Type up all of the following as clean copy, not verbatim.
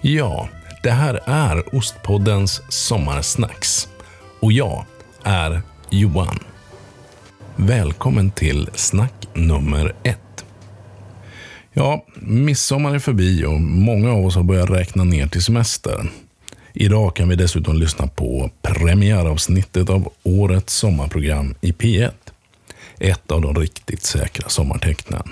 Ja, det här är Ostpoddens sommarsnacks. Och jag är Johan. Välkommen till snack nummer 1. Ja, midsommar är förbi och många av oss har börjat räkna ner till semester. Idag kan vi dessutom lyssna på premiäravsnittet av årets sommarprogram i P1. Ett av de riktigt säkra sommartecknen.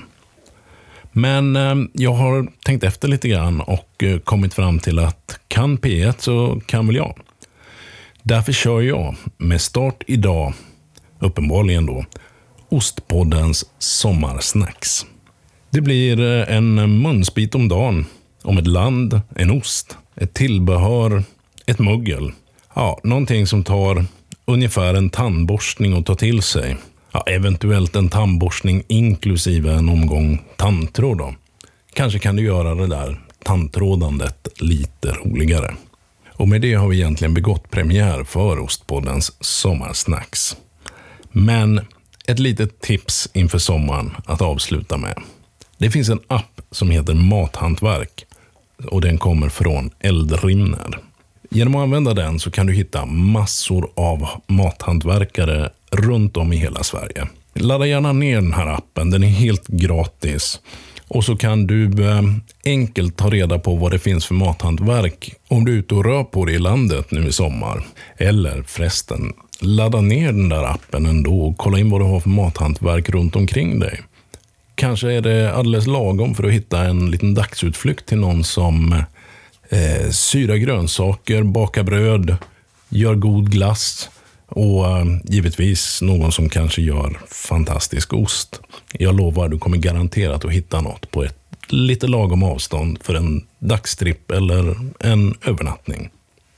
Men jag har tänkt efter lite grann och kommit fram till att kan P1 så kan väl jag. Därför kör jag med start idag, uppenbarligen då, Ostpoddens sommarsnacks. Det blir en munsbit om dagen om ett land, en ost, ett tillbehör, ett muggel. Ja, någonting som tar ungefär en tandborstning att ta till sig. Ja, eventuellt en tandborstning inklusive en omgång tandtråd då. Kanske kan du göra det där tandtrådandet lite roligare. Och med det har vi egentligen begått premiär för Ostpoddens sommarsnacks. Men ett litet tips inför sommaren att avsluta med. Det finns en app som heter Mathantverk och den kommer från Eldrimner. Genom att använda den så kan du hitta massor av mathantverkare runt om i hela Sverige. Ladda gärna ner den här appen, den är helt gratis. Och så kan du enkelt ta reda på vad det finns för mathantverk om du är ute och rör på dig i landet nu i sommar. Eller förresten, ladda ner den där appen ändå och kolla in vad du har för mathantverk runt omkring dig. Kanske är det alldeles lagom för att hitta en liten dagsutflykt till någon som syra grönsaker, baka bröd, gör god glass och givetvis någon som kanske gör fantastisk ost. Jag lovar, du kommer garanterat att hitta något på ett lite lagom avstånd för en dagstripp eller en övernattning.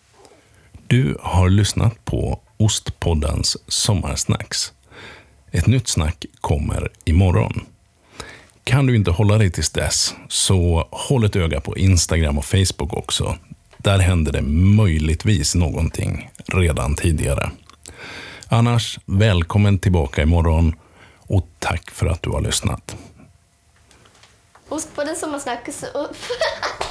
Du har lyssnat på Ostpoddens sommarsnacks. Ett nytt snack kommer imorgon. Kan du inte hålla dig tills dess så håll ett öga på Instagram och Facebook också. Där händer det möjligtvis någonting redan tidigare. Annars, välkommen tillbaka imorgon och tack för att du har lyssnat. Ost på den sommarsnack.